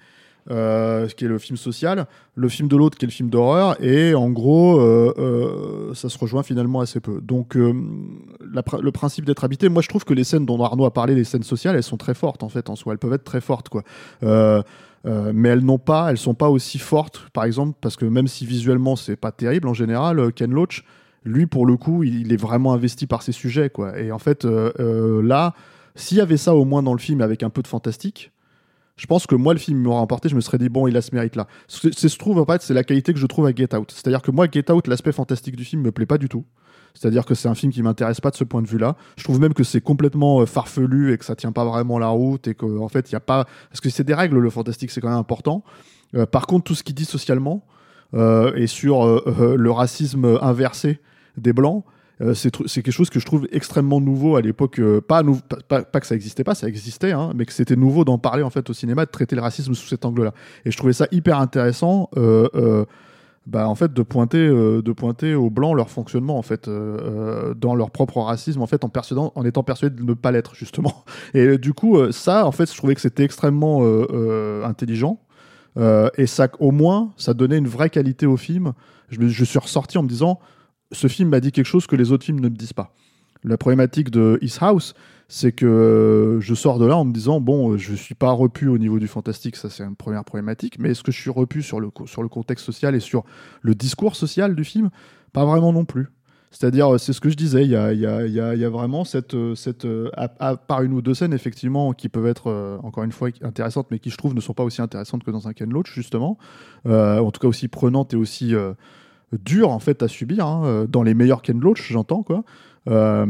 Euh, qui est le film social, le film de l'autre qui est le film d'horreur, et en gros euh, euh, ça se rejoint finalement assez peu. Donc euh, la, le principe d'être habité, moi je trouve que les scènes dont Arnaud a parlé, les scènes sociales, elles sont très fortes en fait en soi, elles peuvent être très fortes, quoi. Euh, euh, mais elles n'ont pas, elles sont pas aussi fortes, par exemple, parce que même si visuellement c'est pas terrible en général, Ken Loach, lui pour le coup il, il est vraiment investi par ses sujets, quoi. Et en fait euh, euh, là, s'il y avait ça au moins dans le film avec un peu de fantastique, je pense que moi, le film m'aurait emporté, je me serais dit, bon, il a ce mérite-là. C'est, c'est, je trouve, en fait, c'est la qualité que je trouve à Get Out. C'est-à-dire que moi, Get Out, l'aspect fantastique du film me plaît pas du tout. C'est-à-dire que c'est un film qui m'intéresse pas de ce point de vue-là. Je trouve même que c'est complètement euh, farfelu et que ça tient pas vraiment la route et qu'en en fait, il y a pas... Parce que c'est des règles, le fantastique, c'est quand même important. Euh, par contre, tout ce qu'il dit socialement euh, et sur euh, euh, le racisme inversé des Blancs, Euh, c'est, tr- c'est quelque chose que je trouve extrêmement nouveau à l'époque. Euh, pas, nou- pas, pas, pas que ça n'existait pas, ça existait, hein, mais que c'était nouveau d'en parler en fait au cinéma, de traiter le racisme sous cet angle-là. Et je trouvais ça hyper intéressant, euh, euh, bah, en fait, de pointer, euh, de pointer aux blancs leur fonctionnement en fait, euh, euh, dans leur propre racisme, en fait, en, persuadant, en étant persuadé de ne pas l'être justement. Et euh, du coup, euh, ça, en fait, je trouvais que c'était extrêmement euh, euh, intelligent. Euh, et ça, au moins, ça donnait une vraie qualité au film. Je, me, je suis ressorti en me disant. Ce film m'a dit quelque chose que les autres films ne me disent pas. La problématique de His House, c'est que je sors de là en me disant bon, je suis pas repu au niveau du fantastique, ça c'est une première problématique, mais est-ce que je suis repu sur le, sur le contexte social et sur le discours social du film ? Pas vraiment non plus. C'est-à-dire, c'est ce que je disais, il y a, y a, y a, y a vraiment cette, cette à, à part une ou deux scènes effectivement qui peuvent être euh, encore une fois intéressantes, mais qui je trouve ne sont pas aussi intéressantes que dans un Ken Loach justement, euh, en tout cas aussi prenantes et aussi euh, dur en fait à subir, hein, dans les meilleurs Ken Loach, j'entends quoi. Euh,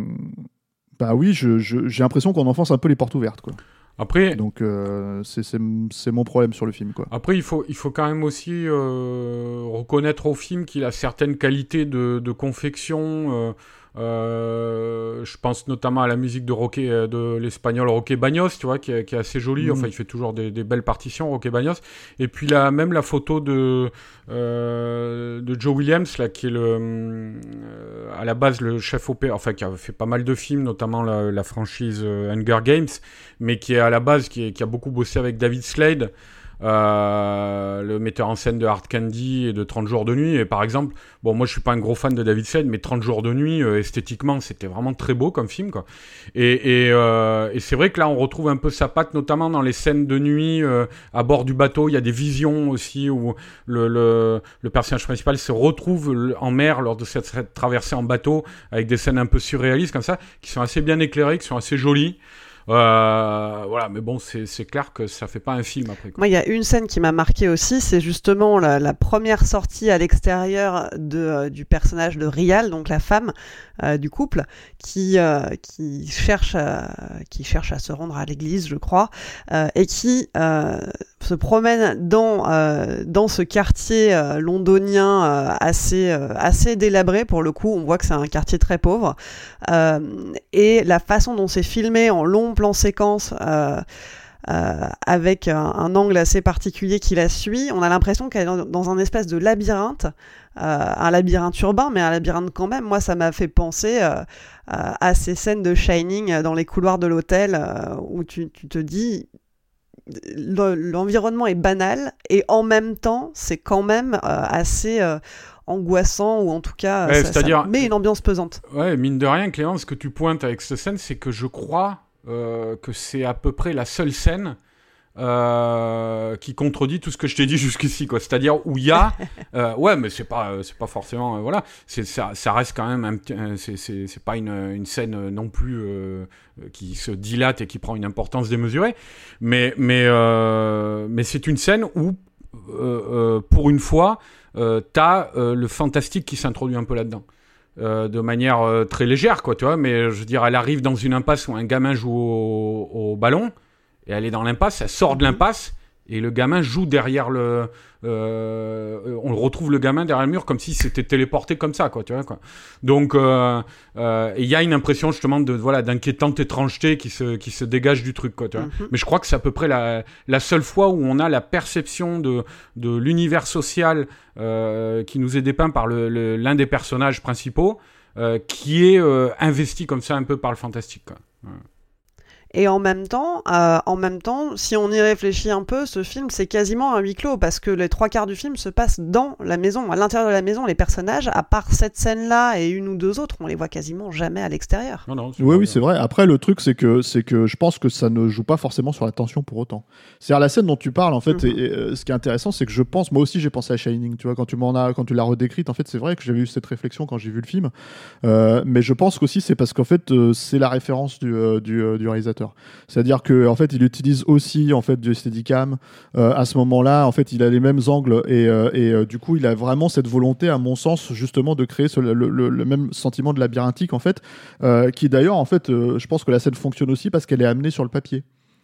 bah oui, je, je, j'ai l'impression qu'on enfonce un peu les portes ouvertes quoi. Après, donc euh, c'est, c'est, c'est mon problème sur le film quoi. Après, il faut, il faut quand même aussi euh, reconnaître au film qu'il a certaines qualités de, de confection. Euh, Euh, je pense notamment à la musique de, Roque, de l'espagnol Roque Baños, tu vois, qui est, qui est assez jolie. Mmh. Enfin, il fait toujours des, des belles partitions, Roque Baños. Et puis là, même la photo de euh, de Joe Williams, là, qui est le euh, à la base le chef opéra, enfin qui a fait pas mal de films, notamment la, la franchise euh, Hunger Games, mais qui est à la base qui, est, qui a beaucoup bossé avec David Slade. Euh, le metteur en scène de Hard Candy et de trente jours de nuit. Et par exemple, bon, moi je suis pas un gros fan de David Slade, mais trente jours de nuit, euh, esthétiquement, c'était vraiment très beau comme film, quoi. Et, et, euh, et c'est vrai que là, on retrouve un peu sa patte, notamment dans les scènes de nuit euh, à bord du bateau. Il y a des visions aussi où le, le, le personnage principal se retrouve en mer lors de cette, cette traversée en bateau, avec des scènes un peu surréalistes comme ça, qui sont assez bien éclairées, qui sont assez jolies. Euh, voilà, mais bon, c'est, c'est clair que ça fait pas un film après, quoi. Moi, il y a une scène qui m'a marqué aussi, c'est justement la, la première sortie à l'extérieur de, euh, du personnage de Rial, donc la femme euh, du couple, qui, euh, qui, cherche à, qui cherche à se rendre à l'église, je crois, euh, et qui euh, se promène dans, euh, dans ce quartier euh, londonien euh, assez, euh, assez délabré, pour le coup, on voit que c'est un quartier très pauvre, euh, et la façon dont c'est filmé en long plan séquence euh, euh, avec un, un angle assez particulier qui la suit, on a l'impression qu'elle est dans, dans un espèce de labyrinthe, euh, un labyrinthe urbain, mais un labyrinthe quand même. Moi, ça m'a fait penser euh, à ces scènes de Shining dans les couloirs de l'hôtel euh, où tu, tu te dis le, l'environnement est banal et en même temps, c'est quand même euh, assez... Euh, angoissant, ou en tout cas ouais, ça, ça met une ambiance pesante. Ouais, mine de rien, Clément, ce que tu pointes avec cette scène, c'est que je crois euh, que c'est à peu près la seule scène euh, qui contredit tout ce que je t'ai dit jusqu'ici, quoi. C'est-à-dire où il y a, euh, ouais, mais c'est pas, c'est pas forcément, euh, voilà, c'est, ça, ça reste quand même un petit, euh, c'est, c'est, c'est pas une, une scène non plus euh, qui se dilate et qui prend une importance démesurée, mais, mais, euh, mais c'est une scène où, euh, euh, pour une fois, Euh, t'as euh, le fantastique qui s'introduit un peu là-dedans, euh, de manière euh, très légère, quoi, tu vois, mais je veux dire, elle arrive dans une impasse où un gamin joue au, au ballon, et elle est dans l'impasse, elle sort de l'impasse, et le gamin joue derrière le... Euh, on le retrouve le gamin derrière le mur comme si c'était téléporté comme ça, quoi, tu vois, quoi. Donc, il euh, euh, y a une impression justement de, voilà, d'inquiétante étrangeté qui se, qui se dégage du truc, quoi, tu vois. Mm-hmm. Mais je crois que c'est à peu près la, la seule fois où on a la perception de, de l'univers social euh, qui nous est dépeint par le, le, l'un des personnages principaux, euh, qui est euh, investi comme ça un peu par le fantastique, quoi. Ouais. Et en même temps, euh, en même temps, si on y réfléchit un peu, ce film, c'est quasiment un huis clos, parce que les trois quarts du film se passent dans la maison, à l'intérieur de la maison. Les personnages, à part cette scène-là et une ou deux autres, on les voit quasiment jamais à l'extérieur. Non, non, oui, oui, bien. C'est vrai. Après, le truc, c'est que, c'est que je pense que ça ne joue pas forcément sur la tension pour autant. C'est-à-dire, la scène dont tu parles, en fait, mm-hmm. et, et, euh, ce qui est intéressant, c'est que je pense, moi aussi, j'ai pensé à Shining, tu vois, quand tu m'en as, quand tu l'as redécrite, en fait, c'est vrai que j'avais eu cette réflexion quand j'ai vu le film, euh, mais je pense qu'aussi, c'est parce qu'en fait, euh, c'est la référence du, euh, du, euh, du réalisateur. C'est-à-dire que en fait il utilise aussi en fait du Steadicam euh, à ce moment-là, en fait il a les mêmes angles et, euh, et euh, du coup il a vraiment cette volonté, à mon sens, justement de créer ce, le, le, le même sentiment de labyrinthique en fait, euh, qui d'ailleurs en fait euh, je pense que la scène fonctionne aussi parce qu'elle est amenée sur le papier.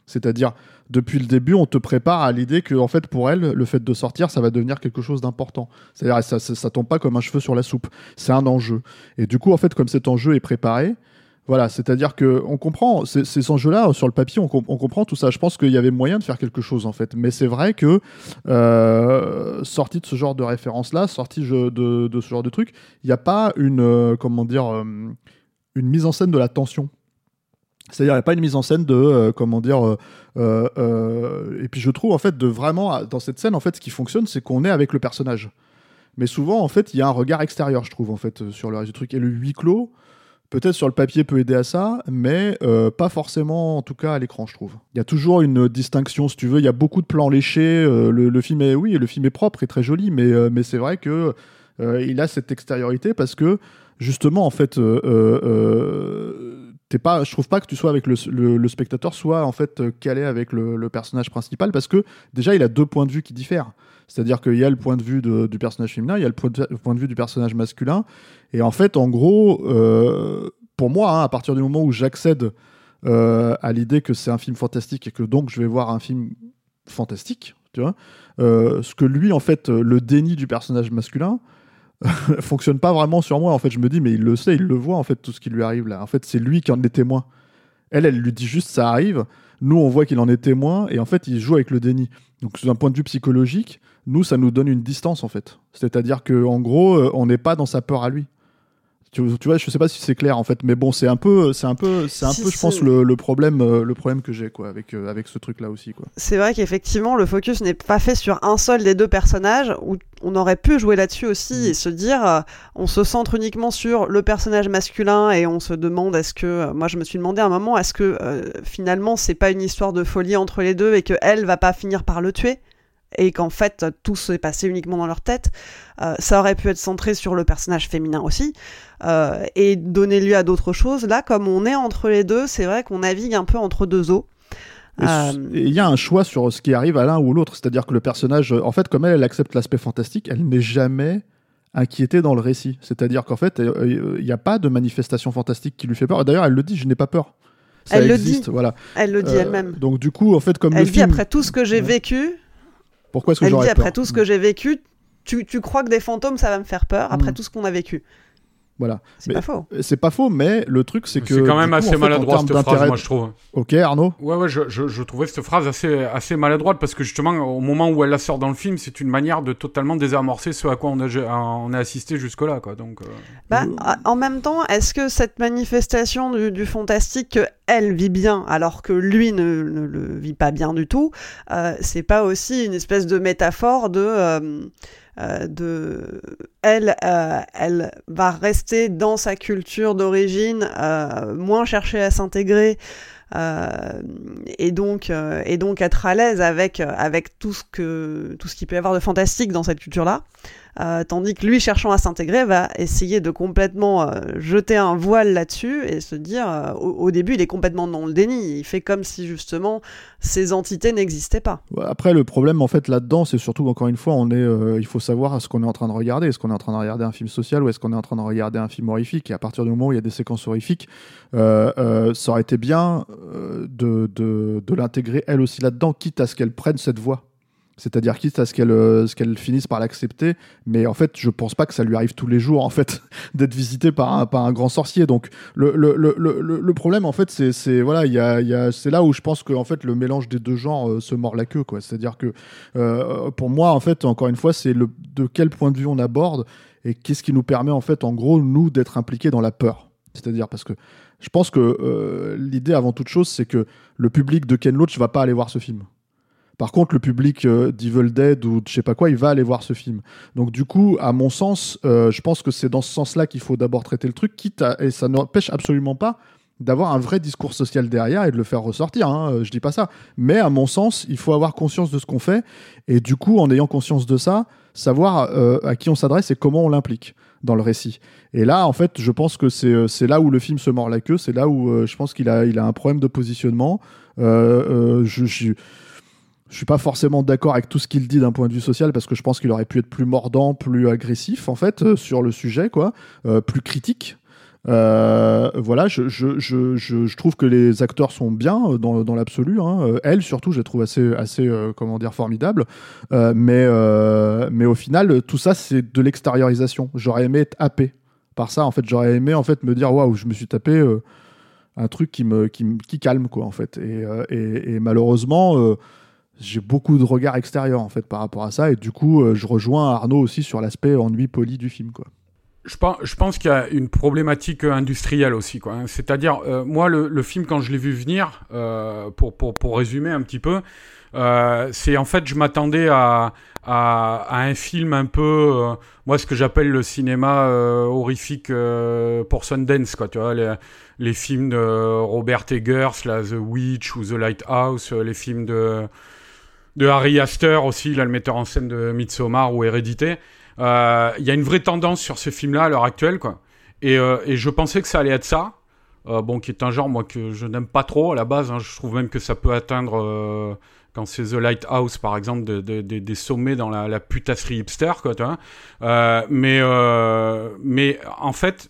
C'est-à-dire, depuis le début, on te prépare à l'idée que, en fait, pour elle, le fait de sortir, ça va devenir quelque chose d'important. C'est-à-dire, ça, ça, ça tombe pas comme un cheveu sur la soupe. C'est un enjeu. Et du coup, en fait, comme cet enjeu est préparé, voilà, c'est-à-dire que on comprend ces, ces enjeux-là sur le papier, on, com- on comprend tout ça. Je pense qu'il y avait moyen de faire quelque chose en fait, mais c'est vrai que euh, sorti de ce genre de référence-là, sorti de, de, de ce genre de truc, il n'y a pas une euh, comment dire euh, une mise en scène de la tension. C'est-à-dire, il n'y a pas une mise en scène de euh, comment dire euh, euh, euh, et puis je trouve en fait de vraiment dans cette scène en fait ce qui fonctionne, c'est qu'on est avec le personnage. Mais souvent en fait il y a un regard extérieur, je trouve en fait sur le reste du truc et le huis clos. Peut-être sur le papier peut aider à ça, mais euh, pas forcément, en tout cas à l'écran, je trouve. Il y a toujours une distinction, si tu veux. Il y a beaucoup de plans léchés. Euh, le, le film est, oui, le film est propre et très joli, mais euh, mais c'est vrai que euh, il a cette extériorité parce que justement, en fait, euh, euh, t'es pas. Je trouve pas que tu sois avec le, le, le spectateur soit en fait calé avec le, le personnage principal parce que déjà il a deux points de vue qui diffèrent. C'est-à-dire qu'il y a le point de vue de, du personnage féminin, il y a le point de, le point de vue du personnage masculin. Et en fait, en gros, euh, pour moi, hein, à partir du moment où j'accède euh, à l'idée que c'est un film fantastique et que donc je vais voir un film fantastique, tu vois, euh, ce que lui, en fait, le déni du personnage masculin fonctionne pas vraiment sur moi. En fait, je me dis, mais il le sait, il le voit, en fait, tout ce qui lui arrive là. En fait, c'est lui qui en est témoin. Elle, elle lui dit juste, ça arrive. Nous, on voit qu'il en est témoin et en fait, il joue avec le déni. Donc, d'un point de vue psychologique, nous, ça nous donne une distance, en fait. C'est-à-dire qu'en gros, euh, on n'est pas dans sa peur à lui. Tu, tu vois, je sais pas si c'est clair, en fait, mais bon, c'est un peu, c'est un peu, c'est un Si, peu, je c'est... pense, le, le problème, euh, le problème que j'ai, quoi, avec, euh, avec ce truc-là aussi, quoi. C'est vrai qu'effectivement, le focus n'est pas fait sur un seul des deux personnages, où on aurait pu jouer là-dessus aussi mmh. et se dire, euh, on se centre uniquement sur le personnage masculin et on se demande, est-ce que, euh, moi je me suis demandé à un moment, est-ce que euh, finalement c'est pas une histoire de folie entre les deux et que elle va pas finir par le tuer? Et qu'en fait, tout s'est passé uniquement dans leur tête. Euh, ça aurait pu être centré sur le personnage féminin aussi, euh, et donner lieu à d'autres choses. Là, comme on est entre les deux, c'est vrai qu'on navigue un peu entre deux eaux. Il euh... y a un choix sur ce qui arrive à l'un ou l'autre. C'est-à-dire que le personnage, en fait, comme elle, elle accepte l'aspect fantastique, elle n'est jamais inquiétée dans le récit. C'est-à-dire qu'en fait, il n'y a pas de manifestation fantastique qui lui fait peur. D'ailleurs, elle le dit, je n'ai pas peur. Ça elle existe, le dit. Voilà. Elle le dit euh, elle-même. Donc du coup, en fait, comme elle le dit film... après tout ce que j'ai ouais. vécu... Pourquoi est-ce que Elle j'aurais dit après peur tout ce que j'ai vécu, tu, tu crois que des fantômes ça va me faire peur après mmh. tout ce qu'on a vécu. Voilà. C'est mais pas faux. C'est pas faux, mais le truc c'est que c'est quand même coup, assez en fait, maladroit cette phrase, moi je trouve. Ok, Arnaud. Ouais, ouais, je, je, je trouvais cette phrase assez, assez maladroite parce que justement, au moment où elle la sort dans le film, c'est une manière de totalement désamorcer ce à quoi on a, on a assisté jusque-là, quoi. Donc. Euh... Bah, en même temps, est-ce que cette manifestation du, du fantastique que elle vit bien alors que lui ne, ne le vit pas bien du tout, euh, c'est pas aussi une espèce de métaphore de euh, Euh, de elle euh, elle va rester dans sa culture d'origine, euh, moins chercher à s'intégrer, euh, et donc euh, et donc être à l'aise avec avec tout ce que tout ce qu'il peut y avoir de fantastique dans cette culture là, euh, tandis que lui, cherchant à s'intégrer, va essayer de complètement euh, jeter un voile là-dessus et se dire euh, au, au début il est complètement dans le déni, il fait comme si justement ces entités n'existaient pas. Après le problème en fait là-dedans, c'est surtout encore une fois on est euh, il faut savoir ce qu'on est en train de regarder, est-ce qu'on est en train de regarder un film social ou est-ce qu'on est en train de regarder un film horrifique, et à partir du moment où il y a des séquences horrifiques, euh, euh, ça aurait été bien euh, de, de, de l'intégrer elle aussi là-dedans, quitte à ce qu'elle prenne cette voie. C'est-à-dire quitte à ce qu'elle, euh, ce qu'elle finisse par l'accepter, mais en fait je pense pas que ça lui arrive tous les jours en fait d'être visitée par un, par un grand sorcier. Donc le, le, le, le, le problème en fait c'est, c'est, voilà, y a, y a, c'est là où je pense que en fait, le mélange des deux genres euh, se mord la queue, quoi. C'est-à-dire que euh, pour moi en fait encore une fois c'est le, de quel point de vue on aborde et qu'est-ce qui nous permet en fait en gros nous d'être impliqués dans la peur. C'est-à-dire parce que je pense que euh, l'idée avant toute chose c'est que le public de Ken Loach va pas aller voir ce film. Par contre, le public euh, d'Evil Dead ou de je sais pas quoi, il va aller voir ce film. Donc du coup, à mon sens, euh, je pense que c'est dans ce sens-là qu'il faut d'abord traiter le truc, quitte à, et ça n'empêche absolument pas d'avoir un vrai discours social derrière et de le faire ressortir, hein, je dis pas ça. Mais à mon sens, il faut avoir conscience de ce qu'on fait, et du coup, en ayant conscience de ça, savoir euh, à qui on s'adresse et comment on l'implique dans le récit. Et là, en fait, je pense que c'est, c'est là où le film se mord la queue, c'est là où euh, je pense qu'il a, il a un problème de positionnement. Euh, euh, je... je Je suis pas forcément d'accord avec tout ce qu'il dit d'un point de vue social, parce que je pense qu'il aurait pu être plus mordant, plus agressif en fait euh, sur le sujet, quoi, euh, plus critique. Euh, voilà, je, je, je, je, je trouve que les acteurs sont bien dans, dans l'absolu. Hein. Elle, surtout, je la trouve assez, assez euh, comment dire, formidable. Euh, mais, euh, mais au final, tout ça, c'est de l'extériorisation. J'aurais aimé être happé par ça. En fait, j'aurais aimé en fait me dire waouh, je me suis tapé euh, un truc qui me, qui, qui calme quoi en fait. Et, euh, et, et malheureusement. Euh, j'ai beaucoup de regards extérieurs en fait par rapport à ça et du coup euh, je rejoins Arnaud aussi sur l'aspect ennui poli du film quoi. Je pense, je pense qu'il y a une problématique industrielle aussi quoi. Hein. C'est-à-dire euh, moi le, le film quand je l'ai vu venir euh, pour pour pour résumer un petit peu euh, c'est en fait je m'attendais à à, à un film un peu euh, moi ce que j'appelle le cinéma euh, horrifique euh, pour Sundance quoi tu vois les les films de Robert Eggers là The Witch ou The Lighthouse les films de de Harry Astor aussi, là, le metteur en scène de Midsommar ou Hérédité. Il euh, y a une vraie tendance sur ce film-là à l'heure actuelle, quoi. Et, euh, et je pensais que ça allait être ça, euh, bon, qui est un genre, moi, que je n'aime pas trop à la base. Hein. Je trouve même que ça peut atteindre, euh, quand c'est The Lighthouse, par exemple, de, de, de, des sommets dans la, la putasserie hipster, quoi, tu vois. Euh, mais, euh, mais en fait,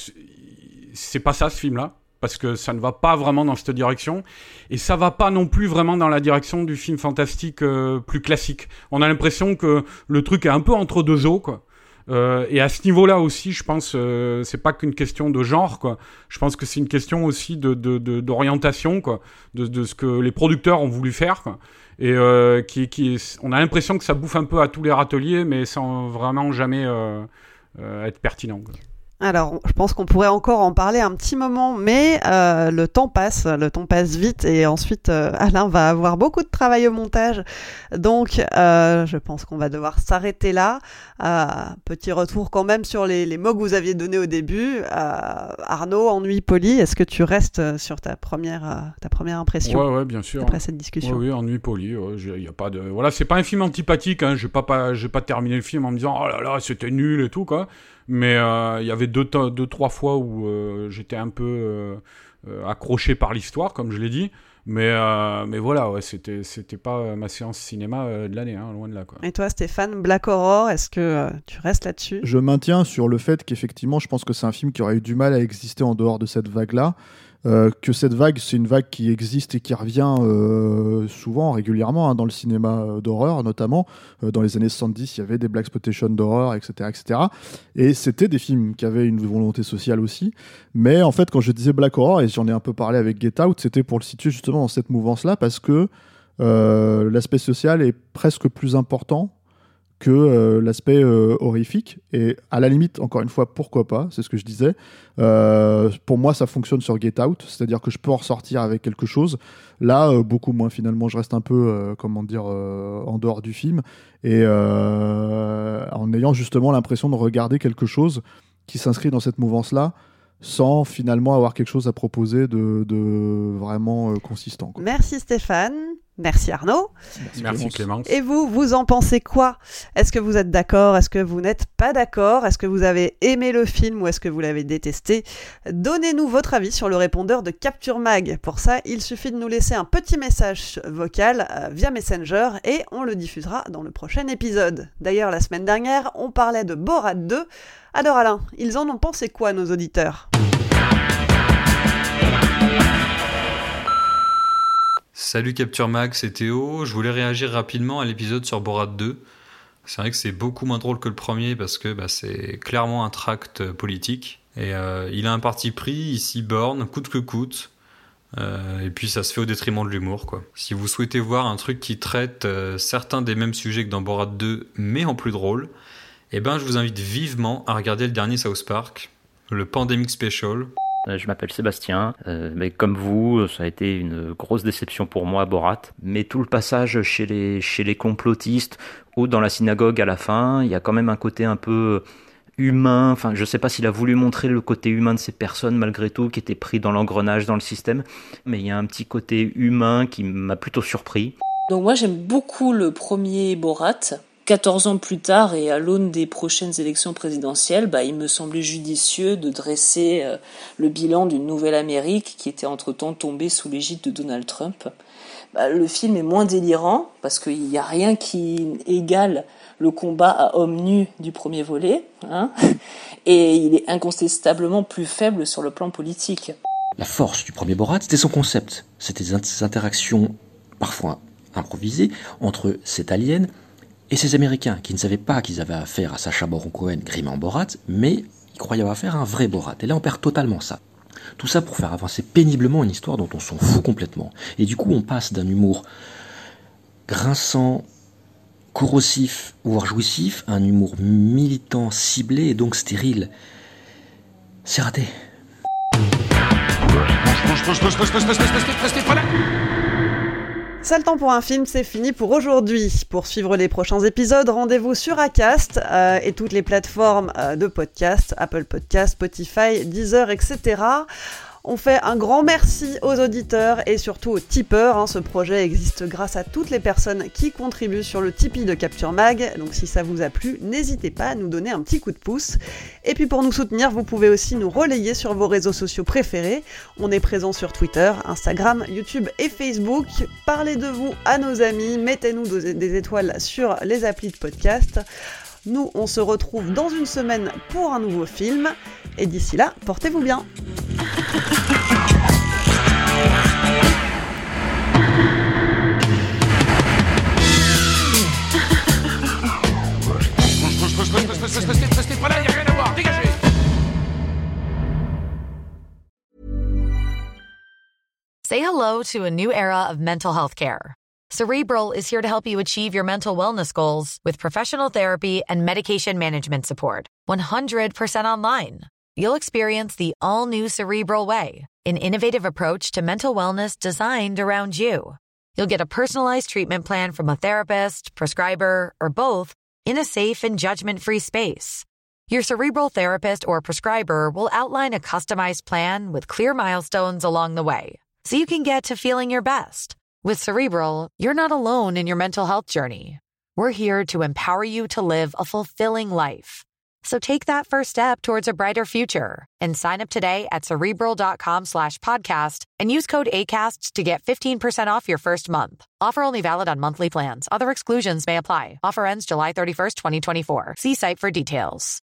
c'est pas ça, ce film-là. Parce que ça ne va pas vraiment dans cette direction, et ça va pas non plus vraiment dans la direction du film fantastique euh, plus classique. On a l'impression que le truc est un peu entre deux eaux, quoi. Euh, et à ce niveau-là aussi, je pense, euh, c'est pas qu'une question de genre, quoi. Je pense que c'est une question aussi de, de, de d'orientation, quoi, de, de ce que les producteurs ont voulu faire, quoi. Et euh, qui, qui, on a l'impression que ça bouffe un peu à tous les râteliers, mais sans vraiment jamais euh, euh, être pertinent, quoi. Alors, je pense qu'on pourrait encore en parler un petit moment, mais euh, le temps passe, le temps passe vite, et ensuite euh, Alain va avoir beaucoup de travail au montage, donc euh, je pense qu'on va devoir s'arrêter là. Euh, petit retour quand même sur les, les mots que vous aviez donnés au début. Euh, Arnaud, ennui poli, est-ce que tu restes sur ta première, euh, ta première impression? Ouais, ouais, bien sûr. Après cette discussion. Oui, oui, ennui poli. Il ouais, y a pas de, voilà, c'est pas un film antipathique. Hein, j'ai pas, pas, j'ai pas terminé le film en me disant oh là là, c'était nul et tout quoi. Mais il euh, y avait deux, to- deux, trois fois où euh, j'étais un peu euh, euh, accroché par l'histoire, comme je l'ai dit. Mais, euh, mais voilà, ouais, c'était, c'était pas ma séance cinéma euh, de l'année, hein, loin de là. Quoi. Et toi, Stéphane, Black Horror, est-ce que euh, tu restes là-dessus? Je maintiens sur le fait qu'effectivement, je pense que c'est un film qui aurait eu du mal à exister en dehors de cette vague-là. Euh, que cette vague, c'est une vague qui existe et qui revient euh, souvent, régulièrement, hein, dans le cinéma euh, d'horreur, notamment. Euh, dans les années soixante-dix, il y avait des blaxploitation d'horreur, et cetera, et cetera. Et c'était des films qui avaient une volonté sociale aussi. Mais en fait, quand je disais Black Horror, et j'en ai un peu parlé avec Get Out, c'était pour le situer justement dans cette mouvance-là, parce que euh, l'aspect social est presque plus important que euh, l'aspect euh, horrifique. Et à la limite, encore une fois, pourquoi pas, c'est ce que je disais. Euh, pour moi, ça fonctionne sur Get Out, c'est-à-dire que je peux en ressortir avec quelque chose. Là, euh, beaucoup moins, finalement. Je reste un peu, euh, comment dire, euh, en dehors du film, et euh, en ayant justement l'impression de regarder quelque chose qui s'inscrit dans cette mouvance-là, sans finalement avoir quelque chose à proposer de, de vraiment euh, consistant, quoi. Merci Stéphane. Merci Arnaud. Merci, Merci Clémence. Et vous, vous en pensez quoi? Est-ce que vous êtes d'accord? Est-ce que vous n'êtes pas d'accord? Est-ce que vous avez aimé le film ou est-ce que vous l'avez détesté? Donnez-nous votre avis sur le répondeur de Capture Mag. Pour ça, il suffit de nous laisser un petit message vocal euh, via Messenger et on le diffusera dans le prochain épisode. D'ailleurs, la semaine dernière, on parlait de Borat deux. Alors Alain, ils en ont pensé quoi, nos auditeurs? Salut Capture Mag, c'est Théo. Je voulais réagir rapidement à l'épisode sur Borat deux. C'est vrai que c'est beaucoup moins drôle que le premier parce que bah, c'est clairement un tract politique. Et euh, il a un parti pris, il s'y borne, coûte que coûte. Euh, et puis ça se fait au détriment de l'humour, quoi. Si vous souhaitez voir un truc qui traite euh, certains des mêmes sujets que dans Borat deux, mais en plus drôle, eh ben, je vous invite vivement à regarder le dernier South Park, le Pandemic Special. Je m'appelle Sébastien, euh, mais comme vous, ça a été une grosse déception pour moi, Borat. Mais tout le passage chez les, chez les complotistes ou dans la synagogue à la fin, il y a quand même un côté un peu humain. Enfin, je sais pas s'il a voulu montrer le côté humain de ces personnes, malgré tout, qui étaient pris dans l'engrenage, dans le système. Mais il y a un petit côté humain qui m'a plutôt surpris. Donc moi, j'aime beaucoup le premier Borat. quatorze ans plus tard et à l'aune des prochaines élections présidentielles, bah, il me semblait judicieux de dresser euh, le bilan d'une nouvelle Amérique qui était entre-temps tombée sous l'égide de Donald Trump. Bah, le film est moins délirant parce qu'il n'y a rien qui égale le combat à hommes nus du premier volet, hein, et il est incontestablement plus faible sur le plan politique. La force du premier Borat, c'était son concept. C'était ces interactions parfois improvisées entre cet alien et ces Américains qui ne savaient pas qu'ils avaient affaire à Sacha Baron Cohen grimé en Borat, mais ils croyaient avoir affaire à un vrai Borat. Et là, on perd totalement ça. Tout ça pour faire avancer péniblement une histoire dont on s'en fout complètement. Et du coup, on passe d'un humour grinçant, corrosif, voire jouissif, à un humour militant, ciblé et donc stérile. C'est raté. C'est le temps pour un film, c'est fini pour aujourd'hui. Pour suivre les prochains épisodes, rendez-vous sur Acast euh, et toutes les plateformes euh, de podcast, Apple Podcast, Spotify, Deezer, et cetera. On fait un grand merci aux auditeurs et surtout aux tipeurs. Hein. Ce projet existe grâce à toutes les personnes qui contribuent sur le Tipeee de Capture Mag. Donc si ça vous a plu, n'hésitez pas à nous donner un petit coup de pouce. Et puis pour nous soutenir, vous pouvez aussi nous relayer sur vos réseaux sociaux préférés. On est présent sur Twitter, Instagram, YouTube et Facebook. Parlez de vous à nos amis, mettez-nous des étoiles sur les applis de podcast. Nous, on se retrouve dans une semaine pour un nouveau film. Et d'ici là, portez-vous bien. Say hello to a new era of mental health care. Cerebral is here to help you achieve your mental wellness goals with professional therapy and medication management support. one hundred percent online. You'll experience the all-new Cerebral Way, an innovative approach to mental wellness designed around you. You'll get a personalized treatment plan from a therapist, prescriber, or both in a safe and judgment-free space. Your Cerebral therapist or prescriber will outline a customized plan with clear milestones along the way, so you can get to feeling your best. With Cerebral, you're not alone in your mental health journey. We're here to empower you to live a fulfilling life. So take that first step towards a brighter future and sign up today at Cerebral.com slash podcast and use code ACAST to get fifteen percent off your first month. Offer only valid on monthly plans. Other exclusions may apply. Offer ends July thirty-first, twenty twenty-four. See site for details.